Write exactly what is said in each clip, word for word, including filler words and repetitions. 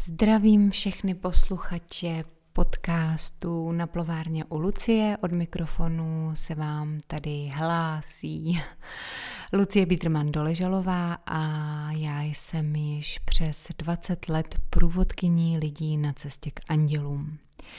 Zdravím všechny posluchače podcastu Na plovárně u Lucie. Od mikrofonu se vám tady hlásí Lucie Biedermann-Doležalová a já jsem již přes dvacet let průvodkyní lidí na cestě k andělům.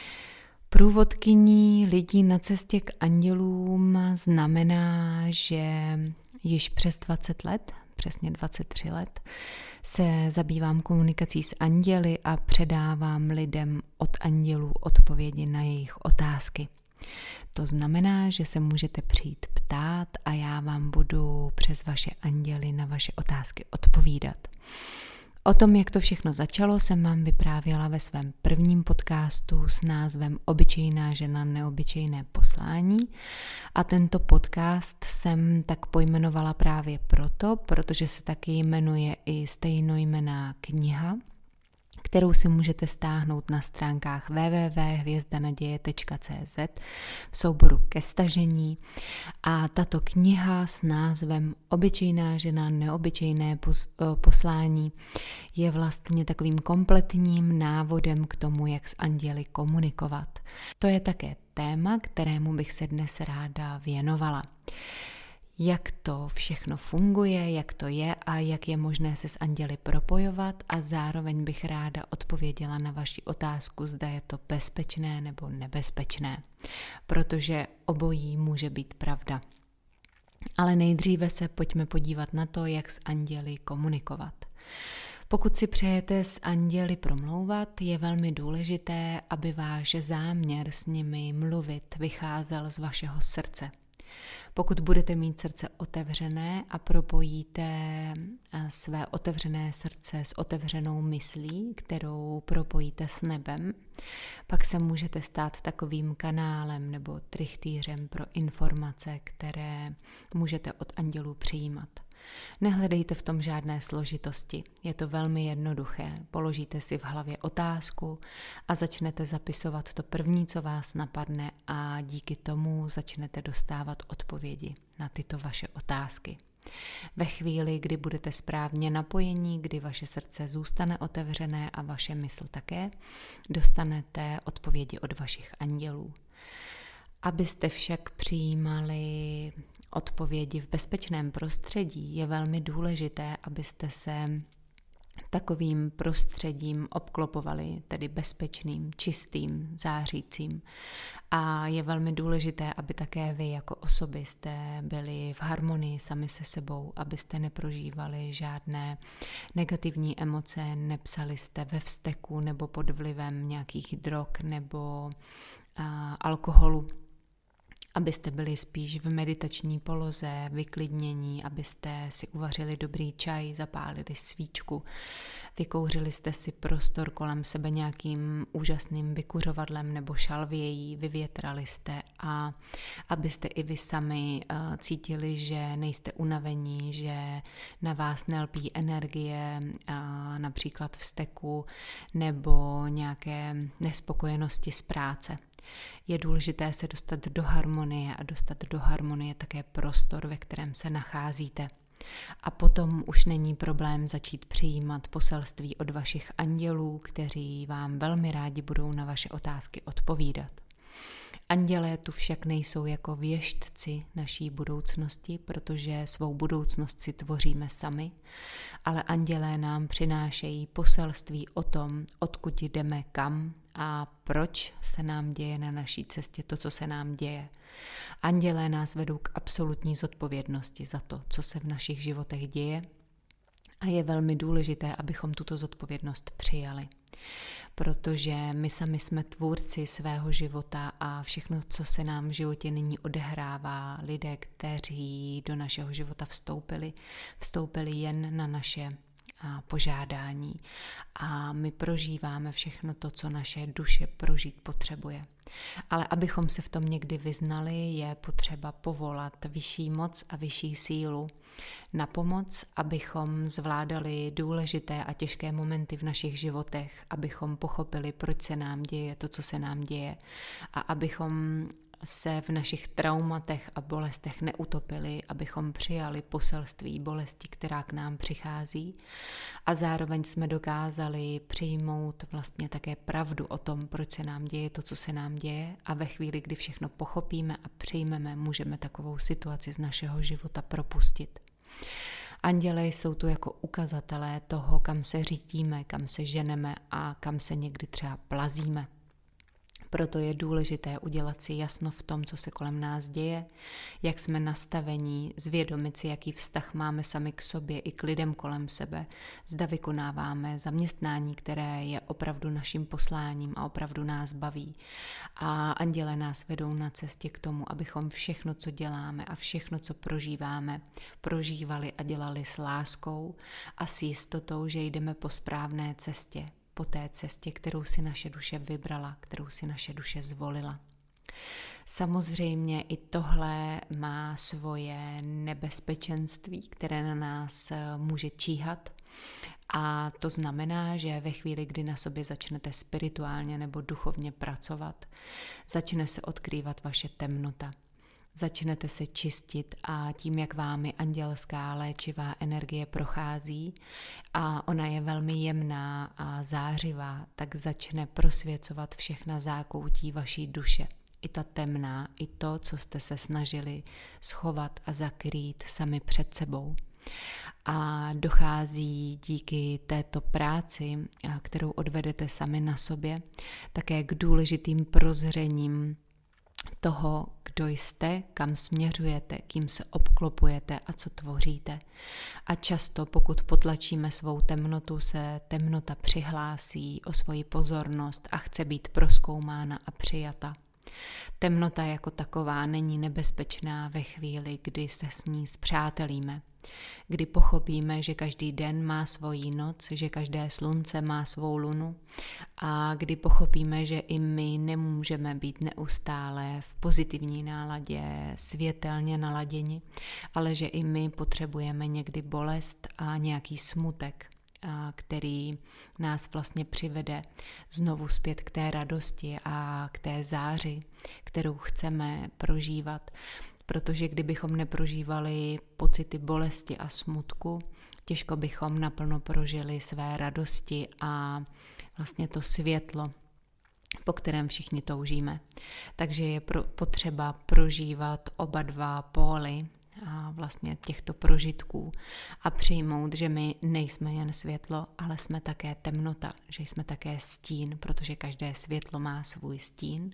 Průvodkyní lidí na cestě k andělům znamená, že již přes dvacet let, přesně dvacet tři let, se zabývám komunikací s anděli a předávám lidem od andělů odpovědi na jejich otázky. To znamená, že se můžete přijít ptát a já vám budu přes vaše anděly na vaše otázky odpovídat. O tom, jak to všechno začalo, jsem vám vyprávěla ve svém prvním podcastu s názvem Obyčejná žena, neobyčejné poslání. A tento podcast jsem tak pojmenovala právě proto, protože se taky jmenuje i stejnojmenná kniha, kterou si můžete stáhnout na stránkách w w w tečka hvězdanaděje tečka c z v souboru ke stažení. A tato kniha s názvem Obyčejná žena, neobyčejné poslání je vlastně takovým kompletním návodem k tomu, jak s anděli komunikovat. To je také téma, kterému bych se dnes ráda věnovala. Jak to všechno funguje, jak to je a jak je možné se s anděli propojovat a zároveň bych ráda odpověděla na vaši otázku, zda je to bezpečné nebo nebezpečné, protože obojí může být pravda. Ale nejdříve se pojďme podívat na to, jak s anděli komunikovat. Pokud si přejete s anděli promlouvat, je velmi důležité, aby váš záměr s nimi mluvit vycházel z vašeho srdce. Pokud budete mít srdce otevřené a propojíte své otevřené srdce s otevřenou myslí, kterou propojíte s nebem, pak se můžete stát takovým kanálem nebo trichtýřem pro informace, které můžete od andělů přijímat. Nehledejte v tom žádné složitosti, je to velmi jednoduché. Položíte si v hlavě otázku a začnete zapisovat to první, co vás napadne a díky tomu začnete dostávat odpovědi na tyto vaše otázky. Ve chvíli, kdy budete správně napojení, kdy vaše srdce zůstane otevřené a vaše mysl také, dostanete odpovědi od vašich andělů. Abyste však přijímali odpovědi v bezpečném prostředí, je velmi důležité, abyste se takovým prostředím obklopovali, tedy bezpečným, čistým, zářícím. A je velmi důležité, aby také vy jako osoby jste byli v harmonii sami se sebou, abyste neprožívali žádné negativní emoce, nepsali jste ve vzteku nebo pod vlivem nějakých drog nebo a, alkoholu. Abyste byli spíš v meditační poloze, vyklidnění, abyste si uvařili dobrý čaj, zapálili svíčku, vykouřili jste si prostor kolem sebe nějakým úžasným vykuřovadlem nebo šalvějí, vyvětrali jste a abyste i vy sami uh, cítili, že nejste unavení, že na vás nelpí energie, uh, například vzteku nebo nějaké nespokojenosti z práce. Je důležité se dostat do harmonie a dostat do harmonie také prostor, ve kterém se nacházíte. A potom už není problém začít přijímat poselství od vašich andělů, kteří vám velmi rádi budou na vaše otázky odpovídat. Andělé tu však nejsou jako věštci naší budoucnosti, protože svou budoucnost si tvoříme sami, ale andělé nám přinášejí poselství o tom, odkud jdeme kam a proč se nám děje na naší cestě to, co se nám děje. Andělé nás vedou k absolutní zodpovědnosti za to, co se v našich životech děje a je velmi důležité, abychom tuto zodpovědnost přijali. Protože my sami jsme tvůrci svého života a všechno, co se nám v životě nyní odehrává, lidé, kteří do našeho života vstoupili, vstoupili jen na naše požádání a my prožíváme všechno to, co naše duše prožít potřebuje. Ale abychom se v tom někdy vyznali, je potřeba povolat vyšší moc a vyšší sílu na pomoc, abychom zvládali důležité a těžké momenty v našich životech, abychom pochopili, proč se nám děje to, co se nám děje a abychom se v našich traumatech a bolestech neutopili, abychom přijali poselství bolesti, která k nám přichází, a zároveň jsme dokázali přijmout vlastně také pravdu o tom, proč se nám děje to, co se nám děje, a ve chvíli, kdy všechno pochopíme a přijmeme, můžeme takovou situaci z našeho života propustit. Andělé jsou tu jako ukazatelé toho, kam se řítíme, kam se ženeme a kam se někdy třeba plazíme. Proto je důležité udělat si jasno v tom, co se kolem nás děje, jak jsme nastavení, zvědomit si, jaký vztah máme sami k sobě i k lidem kolem sebe, zda vykonáváme zaměstnání, které je opravdu naším posláním a opravdu nás baví. A anděle nás vedou na cestě k tomu, abychom všechno, co děláme a všechno, co prožíváme, prožívali a dělali s láskou a s jistotou, že jdeme po správné cestě. Po té cestě, kterou si naše duše vybrala, kterou si naše duše zvolila. Samozřejmě i tohle má svoje nebezpečenství, které na nás může číhat. A to znamená, že ve chvíli, kdy na sobě začnete spirituálně nebo duchovně pracovat, začne se odkrývat vaše temnota. Začnete se čistit a tím, jak vámi andělská léčivá energie prochází a ona je velmi jemná a zářivá, tak začne prosvěcovat všechna zákoutí vaší duše. I ta temná, i to, co jste se snažili schovat a zakrýt sami před sebou. A dochází díky této práci, kterou odvedete sami na sobě, také k důležitým prozřením toho, kdo jste, kam směřujete, kým se obklopujete a co tvoříte. A často, pokud potlačíme svou temnotu, se temnota přihlásí o svoji pozornost a chce být prozkoumána a přijata. Temnota jako taková není nebezpečná ve chvíli, kdy se s ní spřátelíme. Kdy pochopíme, že každý den má svoji noc, že každé slunce má svou lunu a kdy pochopíme, že i my nemůžeme být neustále v pozitivní náladě, světelně naladěni, ale že i my potřebujeme někdy bolest a nějaký smutek, který nás vlastně přivede znovu zpět k té radosti a k té záři, kterou chceme prožívat. Protože kdybychom neprožívali pocity bolesti a smutku, těžko bychom naplno prožili své radosti a vlastně to světlo, po kterém všichni toužíme. Takže je pro, potřeba prožívat oba dva póly a vlastně těchto prožitků a přijmout, že my nejsme jen světlo, ale jsme také temnota, že jsme také stín, protože každé světlo má svůj stín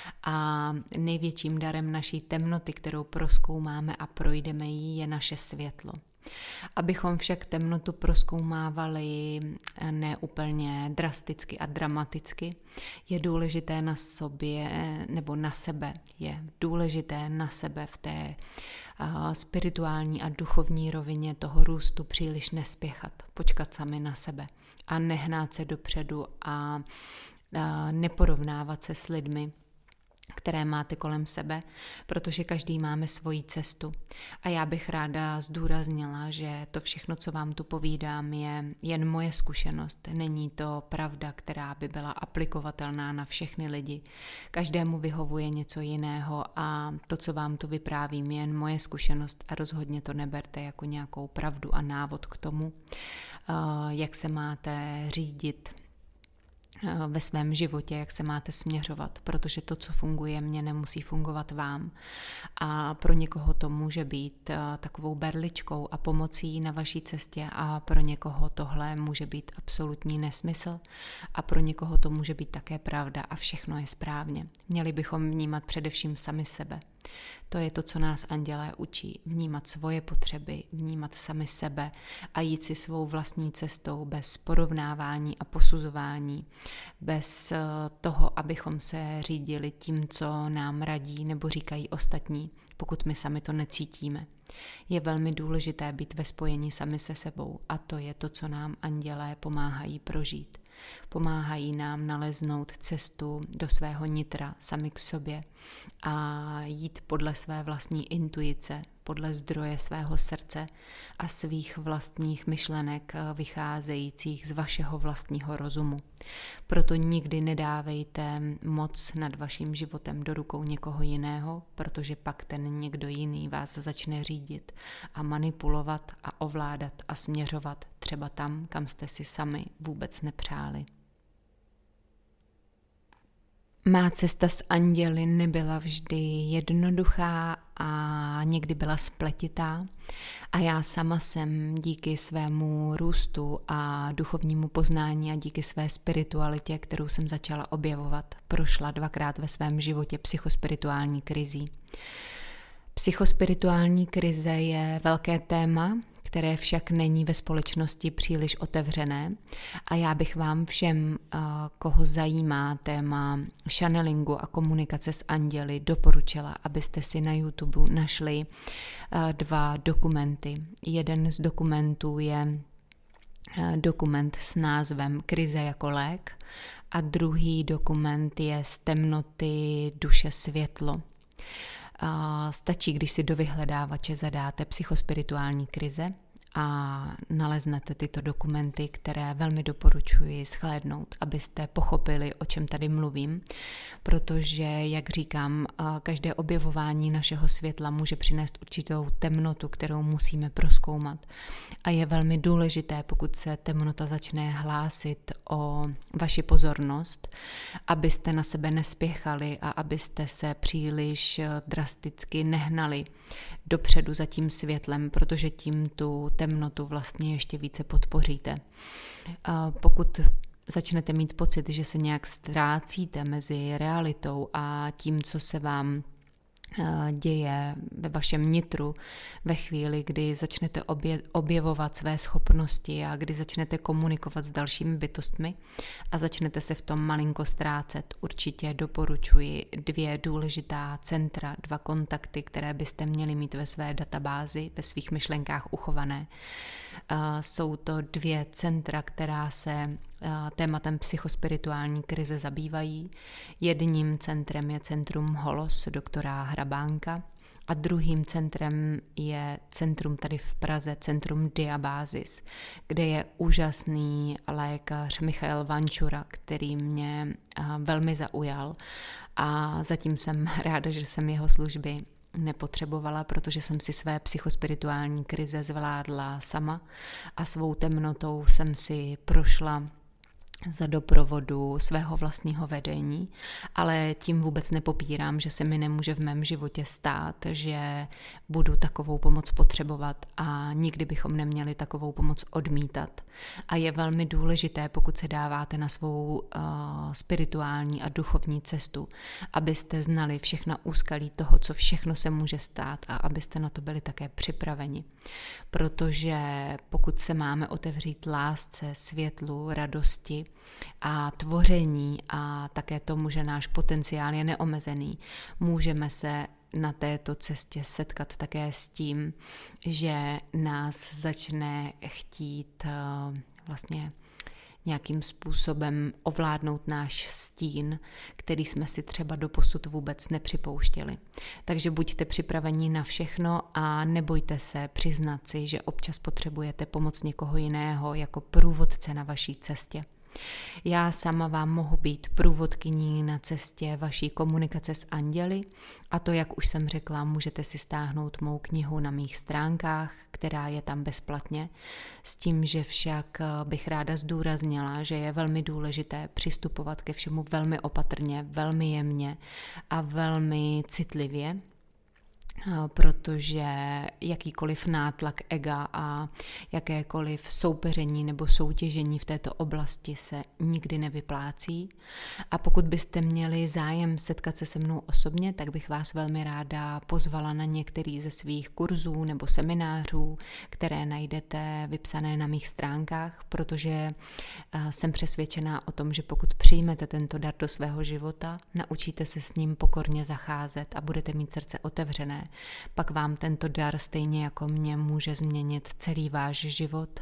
a největším darem naší temnoty, kterou prozkoumáme a projdeme jí, je naše světlo. Abychom však temnotu prozkoumávali ne úplně drasticky a dramaticky, je důležité na sobě, nebo na sebe, je důležité na sebe v té uh, spirituální a duchovní rovině toho růstu příliš nespěchat, počkat sami na sebe a nehnát se dopředu a uh, neporovnávat se s lidmi, které máte kolem sebe, protože každý máme svoji cestu. A já bych ráda zdůraznila, že to všechno, co vám tu povídám, je jen moje zkušenost. Není to pravda, která by byla aplikovatelná na všechny lidi. Každému vyhovuje něco jiného a to, co vám tu vyprávím, je jen moje zkušenost a rozhodně to neberte jako nějakou pravdu a návod k tomu, jak se máte řídit ve svém životě, jak se máte směřovat, protože to, co funguje mně, nemusí fungovat vám. A pro někoho to může být takovou berličkou a pomocí na vaší cestě a pro někoho tohle může být absolutní nesmysl a pro někoho to může být také pravda a všechno je správně. Měli bychom vnímat především sami sebe. To je to, co nás andělé učí. Vnímat svoje potřeby, vnímat sami sebe a jít si svou vlastní cestou bez porovnávání a posuzování, bez toho, abychom se řídili tím, co nám radí nebo říkají ostatní, pokud my sami to necítíme. Je velmi důležité být ve spojení sami se sebou a to je to, co nám andělé pomáhají prožít. Pomáhají nám naleznout cestu do svého nitra sami k sobě a jít podle své vlastní intuice, podle zdroje svého srdce a svých vlastních myšlenek vycházejících z vašeho vlastního rozumu. Proto nikdy nedávejte moc nad vaším životem do rukou někoho jiného, protože pak ten někdo jiný vás začne řídit a manipulovat a ovládat a směřovat třeba tam, kam jste si sami vůbec nepřáli. Má cesta s anděli nebyla vždy jednoduchá a někdy byla spletitá a já sama jsem díky svému růstu a duchovnímu poznání a díky své spiritualitě, kterou jsem začala objevovat, prošla dvakrát ve svém životě psychospirituální krizí. Psychospirituální krize je velké téma, které však není ve společnosti příliš otevřené a já bych vám všem, koho zajímá téma channelingu a komunikace s anděli, doporučila, abyste si na YouTube našli dva dokumenty. Jeden z dokumentů je dokument s názvem Krize jako lék a druhý dokument je Z temnoty duše světlo. Stačí, když si do vyhledávače zadáte psychospirituální krize a naleznete tyto dokumenty, které velmi doporučuji shlédnout, abyste pochopili, o čem tady mluvím, protože, jak říkám, každé objevování našeho světla může přinést určitou temnotu, kterou musíme prozkoumat. A je velmi důležité, pokud se temnota začne hlásit o vaši pozornost, abyste na sebe nespěchali a abyste se příliš drasticky nehnali dopředu za tím světlem, protože tím tu temnotu vlastně ještě více podpoříte. Pokud začnete mít pocit, že se nějak ztrácíte mezi realitou a tím, co se vám děje ve vašem nitru ve chvíli, kdy začnete obje, objevovat své schopnosti a kdy začnete komunikovat s dalšími bytostmi a začnete se v tom malinko ztrácet. Určitě doporučuji dvě důležitá centra, dva kontakty, které byste měli mít ve své databázi, ve svých myšlenkách uchované. Jsou to dvě centra, která se tématem psychospirituální krize zabývají. Jedním centrem je centrum Holos doktora Hrabánka a druhým centrem je centrum tady v Praze, centrum Diabázis, kde je úžasný lékař Michael Vančura, který mě velmi zaujal a zatím jsem ráda, že jsem jeho služby nepotřebovala, protože jsem si své psychospirituální krize zvládla sama a svou temnotou jsem si prošla za doprovodu svého vlastního vedení, ale tím vůbec nepopírám, že se mi nemůže v mém životě stát, že budu takovou pomoc potřebovat a nikdy bychom neměli takovou pomoc odmítat. A je velmi důležité, pokud se dáváte na svou uh, spirituální a duchovní cestu, abyste znali všechna úskalí toho, co všechno se může stát a abyste na to byli také připraveni. Protože pokud se máme otevřít lásce, světlu, radosti a tvoření a také tomu, že náš potenciál je neomezený, můžeme se na této cestě setkat také s tím, že nás začne chtít uh, vlastně nějakým způsobem ovládnout náš stín, který jsme si třeba doposud vůbec nepřipouštěli. Takže buďte připraveni na všechno a nebojte se přiznat si, že občas potřebujete pomoc někoho jiného jako průvodce na vaší cestě. Já sama vám mohu být průvodkyní na cestě vaší komunikace s anděli a to, jak už jsem řekla, můžete si stáhnout mou knihu na mých stránkách, která je tam bezplatně, s tím, že však bych ráda zdůraznila, že je velmi důležité přistupovat ke všemu velmi opatrně, velmi jemně a velmi citlivě, protože jakýkoliv nátlak ega a jakékoliv soupeření nebo soutěžení v této oblasti se nikdy nevyplácí. A pokud byste měli zájem setkat se se mnou osobně, tak bych vás velmi ráda pozvala na některý ze svých kurzů nebo seminářů, které najdete vypsané na mých stránkách, protože jsem přesvědčená o tom, že pokud přijmete tento dar do svého života, naučíte se s ním pokorně zacházet a budete mít srdce otevřené důležité, pak vám tento dar stejně jako mě může změnit celý váš život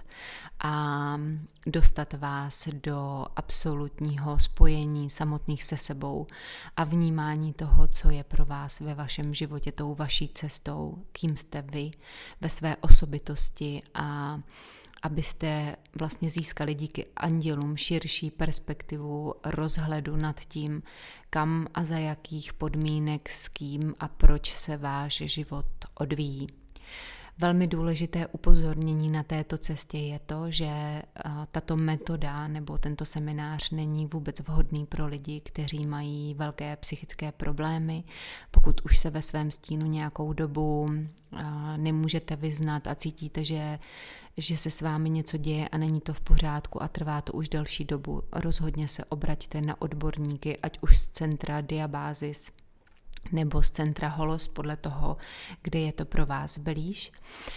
a dostat vás do absolutního spojení samotných se sebou a vnímání toho, co je pro vás ve vašem životě tou vaší cestou, kým jste vy ve své osobitosti a abyste vlastně získali díky andělům širší perspektivu rozhledu nad tím, kam a za jakých podmínek, s kým a proč se váš život odvíjí. Velmi důležité upozornění na této cestě je to, že tato metoda nebo tento seminář není vůbec vhodný pro lidi, kteří mají velké psychické problémy. Pokud už se ve svém stínu nějakou dobu nemůžete vyznat a cítíte, že, že se s vámi něco děje a není to v pořádku a trvá to už delší dobu, rozhodně se obraťte na odborníky, ať už z centra Diabázis nebo z centra Holos, podle toho, kde je to pro vás blíž,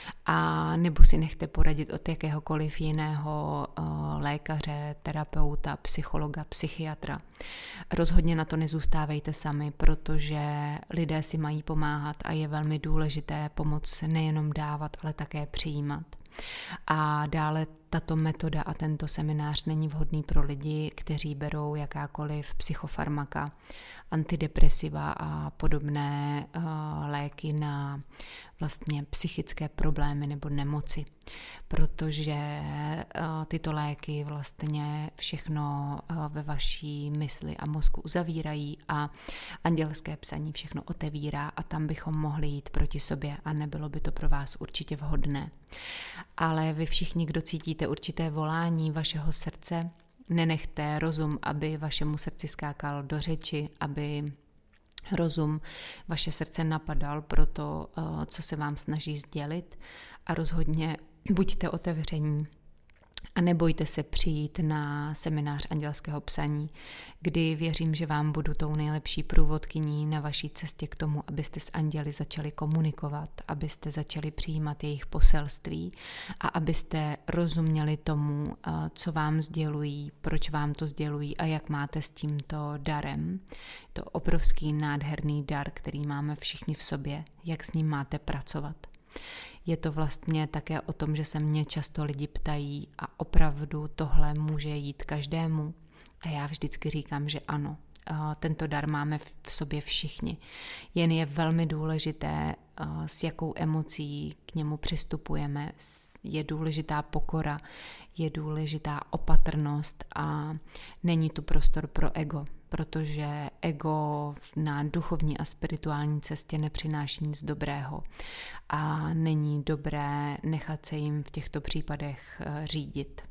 a nebo si nechte poradit od jakéhokoliv jiného uh, lékaře, terapeuta, psychologa, psychiatra. Rozhodně na to nezůstávejte sami, protože lidé si mají pomáhat a je velmi důležité pomoc nejenom dávat, ale také přijímat. A dále tato metoda a tento seminář není vhodný pro lidi, kteří berou jakákoliv psychofarmaka, antidepresiva a podobné uh, léky na vlastně psychické problémy nebo nemoci, protože uh, tyto léky vlastně všechno uh, ve vaší mysli a mozku uzavírají a andělské psaní všechno otevírá a tam bychom mohli jít proti sobě a nebylo by to pro vás určitě vhodné. Ale vy všichni, kdo cítíte určité volání vašeho srdce, nenechte rozum, aby vašemu srdci skákal do řeči, aby rozum vaše srdce napadal pro to, co se vám snaží sdělit, a rozhodně buďte otevření a nebojte se přijít na seminář andělského psaní, kdy věřím, že vám budu tou nejlepší průvodkyní na vaší cestě k tomu, abyste s anděli začali komunikovat, abyste začali přijímat jejich poselství a abyste rozuměli tomu, co vám sdělují, proč vám to sdělují a jak máte s tímto darem. To obrovský nádherný dar, který máme všichni v sobě, jak s ním máte pracovat. Je to vlastně také o tom, že se mě často lidi ptají a opravdu tohle může jít každému. A já vždycky říkám, že ano, tento dar máme v sobě všichni. Jen je velmi důležité, s jakou emocí k němu přistupujeme. Je důležitá pokora, je důležitá opatrnost a není tu prostor pro ego, protože ego na duchovní a spirituální cestě nepřináší nic dobrého a není dobré nechat se jim v těchto případech řídit.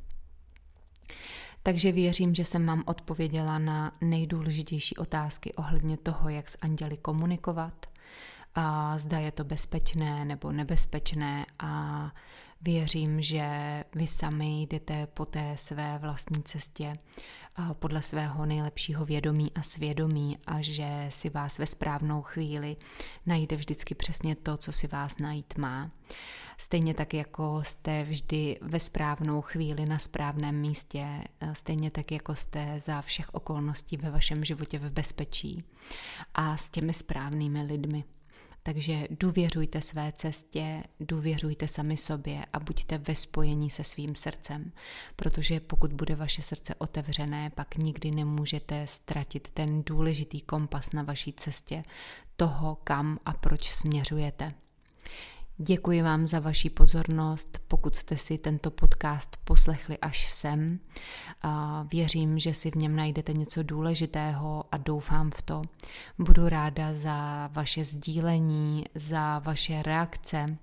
Takže věřím, že jsem vám odpověděla na nejdůležitější otázky ohledně toho, jak s anděli komunikovat, a zda je to bezpečné nebo nebezpečné, a věřím, že vy sami jdete po té své vlastní cestě podle svého nejlepšího vědomí a svědomí a že si vás ve správnou chvíli najde vždycky přesně to, co si vás najít má. Stejně tak, jako jste vždy ve správnou chvíli na správném místě, stejně tak, jako jste za všech okolností ve vašem životě v bezpečí a s těmi správnými lidmi. Takže důvěřujte své cestě, důvěřujte sami sobě a buďte ve spojení se svým srdcem, protože pokud bude vaše srdce otevřené, pak nikdy nemůžete ztratit ten důležitý kompas na vaší cestě toho, kam a proč směřujete. Děkuji vám za vaši pozornost, pokud jste si tento podcast poslechli až sem. Věřím, že si v něm najdete něco důležitého a doufám v to. Budu ráda za vaše sdílení, za vaše reakce,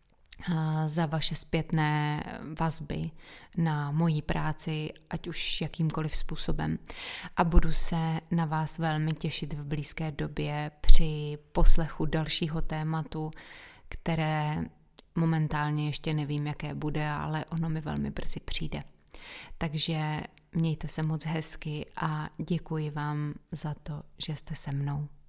za vaše zpětné vazby na moji práci, ať už jakýmkoliv způsobem. A budu se na vás velmi těšit v blízké době při poslechu dalšího tématu, které momentálně ještě nevím, jaké bude, ale ono mi velmi brzy přijde. Takže mějte se moc hezky a děkuji vám za to, že jste se mnou.